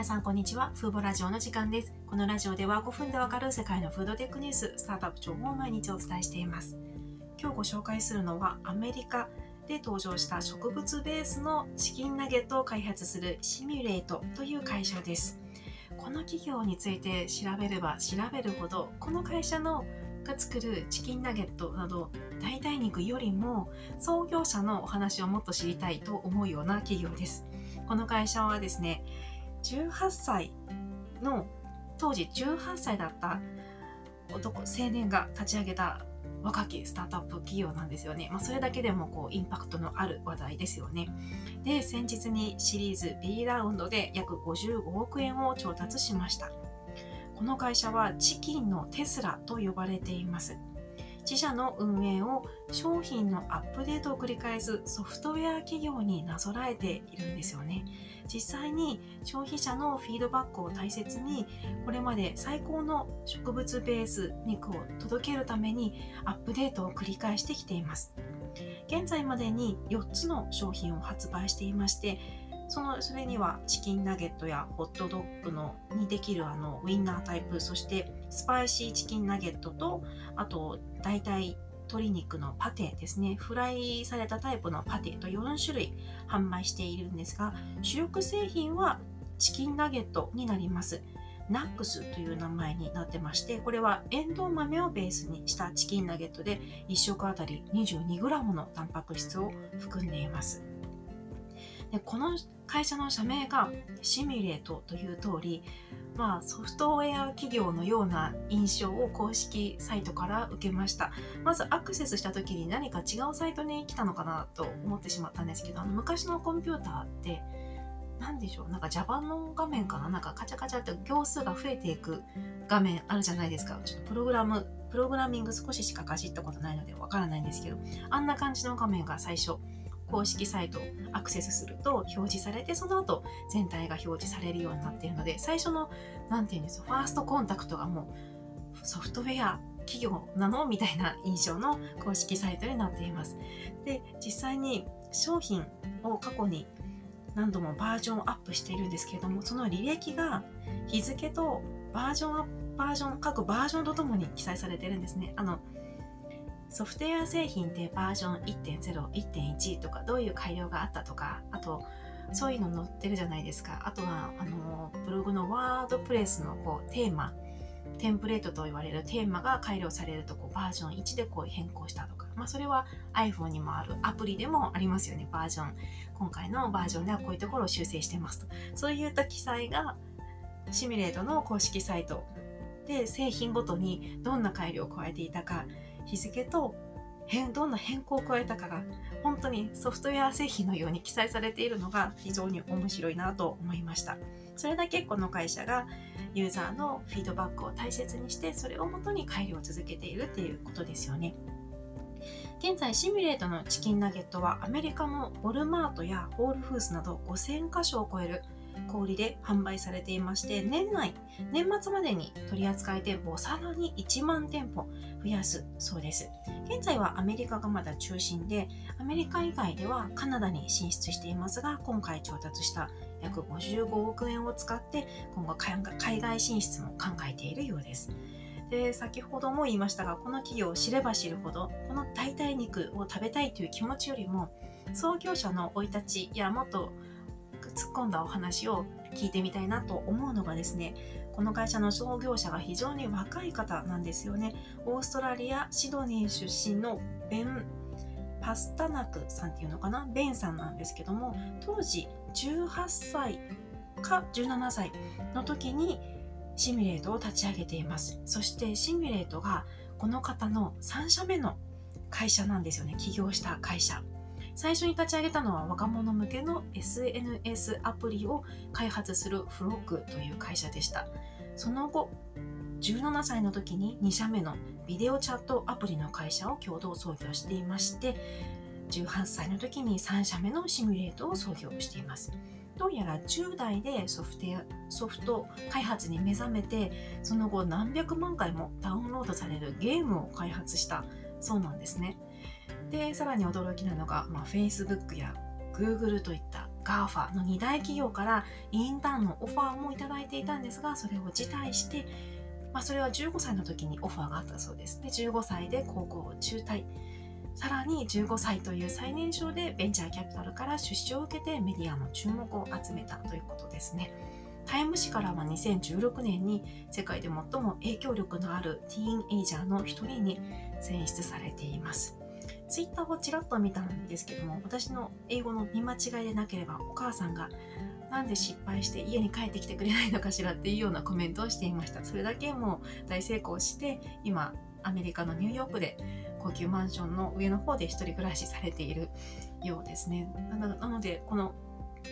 皆さんこんにちは。フーボラジオの時間です。このラジオでは5分でわかる世界のフードテックニュース、スタートアップ情報を毎日お伝えしています。今日ご紹介するのはアメリカで登場した植物ベースのチキンナゲットを開発するシミュレートという会社です。この企業について調べれば調べるほど、この会社が作るチキンナゲットなど代替肉よりも創業者のお話をもっと知りたいと思うような企業です。この会社はですね、18歳の当時18歳だった青年が立ち上げた若きスタートアップ企業なんですよね。それだけでもインパクトのある話題ですよね。で、先日にシリーズ B ラウンドで約55億円を調達しました。この会社はチキンのテスラと呼ばれています。自社の運営を商品のアップデートを繰り返すソフトウェア企業になぞらえているんですよね。実際に消費者のフィードバックを大切に、これまで最高の植物ベース肉を届けるためにアップデートを繰り返してきています。現在までに4つの商品を発売していまして、それにはチキンナゲットやホットドッグにできるウィンナータイプ、そしてスパイシーチキンナゲットと、あと代替鶏肉のパテですね、フライされたタイプのパテと4種類販売しているんですが、主力製品はチキンナゲットになります。ナックスという名前になってまして、これはエンドウ豆をベースにしたチキンナゲットで1食あたり 22g のタンパク質を含んでいます。で、この会社の社名がシミュレートという通り、ソフトウェア企業のような印象を公式サイトから受けました。まずアクセスした時に何か違うサイトに来たのかなと思ってしまったんですけど、昔のコンピューターって何でしょう、Java の画面かな、カチャカチャって行数が増えていく画面あるじゃないですか。ちょっとプログラミング少ししかかじったことないのでわからないんですけど、あんな感じの画面が最初公式サイトをアクセスすると表示されて、その後全体が表示されるようになっているので、最初のファーストコンタクトがもうソフトウェア企業なのみたいな印象の公式サイトになっています。で、実際に商品を過去に何度もバージョンアップしているんですけれども、その履歴が日付と各バージョンとともに記載されているんですね。ソフトウェア製品ってバージョン 1.0、1.1 とかどういう改良があったとか、あとそういうの載ってるじゃないですか。あとはブログのワードプレスのテンプレートと言われるテーマが改良されるとバージョン1で変更したとか、それは iPhone にもあるアプリでもありますよね。バージョン、今回のバージョンではこういうところを修正してますと、そういった記載がシミュレートの公式サイトで製品ごとにどんな改良を加えていたか、日付とどんな変更を加えたかが本当にソフトウェア製品のように記載されているのが非常に面白いなと思いました。それだけこの会社がユーザーのフィードバックを大切にして、それをもとに改良を続けているっていうことですよね。現在シミュレートのチキンナゲットはアメリカのウォルマートやホールフーズなど5000カ所を超える小売で販売されていまして、年末までに取扱店舗をさらに1万店舗増やすそうです。現在はアメリカがまだ中心で、アメリカ以外ではカナダに進出していますが、今回調達した約55億円を使って今後海外進出も考えているようです。で、先ほども言いましたが、この企業を知れば知るほど、この代替肉を食べたいという気持ちよりも、創業者の生い立ちやもっと突っ込んだお話を聞いてみたいなと思うのがですね、この会社の創業者が非常に若い方なんですよね。オーストラリア・シドニー出身のベン・パスタナクさんっていうのかな、ベンさんなんですけども、当時18歳か17歳の時にシミュレートを立ち上げています。そしてシミュレートがこの方の3社目の会社なんですよね。起業した会社。最初に立ち上げたのは若者向けの SNS アプリを開発するフロックという会社でした。その後、17歳の時に2社目のビデオチャットアプリの会社を共同創業していまして、18歳の時に3社目のシミュレートを創業しています。どうやら10代でソフト開発に目覚めて、その後何百万回もダウンロードされるゲームを開発したそうなんですね。で、さらに驚きなのが、Facebook や Google といった GAFA の2大企業からインターンのオファーもいただいていたんですが、それを辞退して、それは15歳の時にオファーがあったそうです。で、15歳で高校を中退。さらに15歳という最年少でベンチャーキャピタルから出資を受けてメディアの注目を集めたということですね。タイム誌からは2016年に世界で最も影響力のあるティーンエイジャーの一人に選出されています。ツイッターをちらっと見たんですけども、私の英語の見間違いでなければお母さんがなんで失敗して家に帰ってきてくれないのかしらっていうようなコメントをしていました。それだけもう大成功して今アメリカのニューヨークで高級マンションの上の方で一人暮らしされているようですね。なのでこの、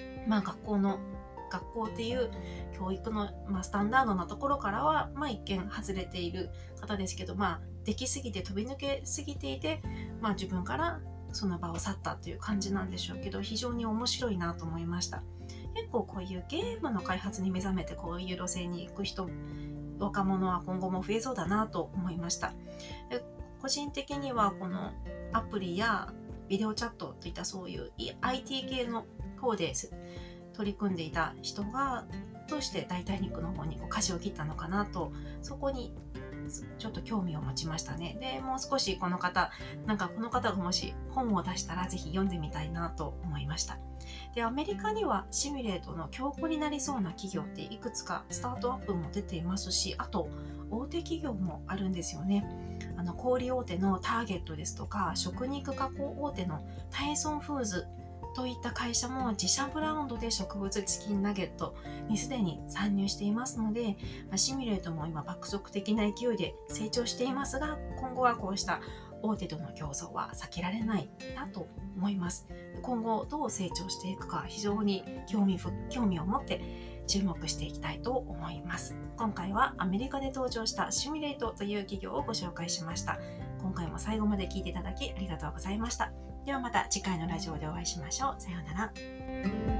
学校っていう教育の、スタンダードなところからは、一見外れている方ですけど、できすぎて飛び抜けすぎていて、自分からその場を去ったという感じなんでしょうけど、非常に面白いなと思いました。結構こういうゲームの開発に目覚めてこういう路線に行く人、若者は今後も増えそうだなと思いました。個人的にはこのアプリやビデオチャットといったそういう IT 系の方で取り組んでいた人がどうして代替肉の方に舵を切ったのかなと、そこにちょっと興味を持ちましたね。で、もう少しこの方がもし本を出したらぜひ読んでみたいなと思いました。で、アメリカにはシミュレートの競合になりそうな企業っていくつかスタートアップも出ていますし、あと大手企業もあるんですよね。小売大手のターゲットですとか、食肉加工大手のタイソンフーズといった会社も自社ブランドで植物チキンナゲットにすでに参入していますので、シミュレートも今爆速的な勢いで成長していますが、今後はこうした大手との競争は避けられないなと思います。今後どう成長していくか非常に興味を持って注目していきたいと思います。今回はアメリカで登場したシミュレートという企業をご紹介しました。今回も最後まで聞いていただきありがとうございました。ではまた次回のラジオでお会いしましょう。さようなら。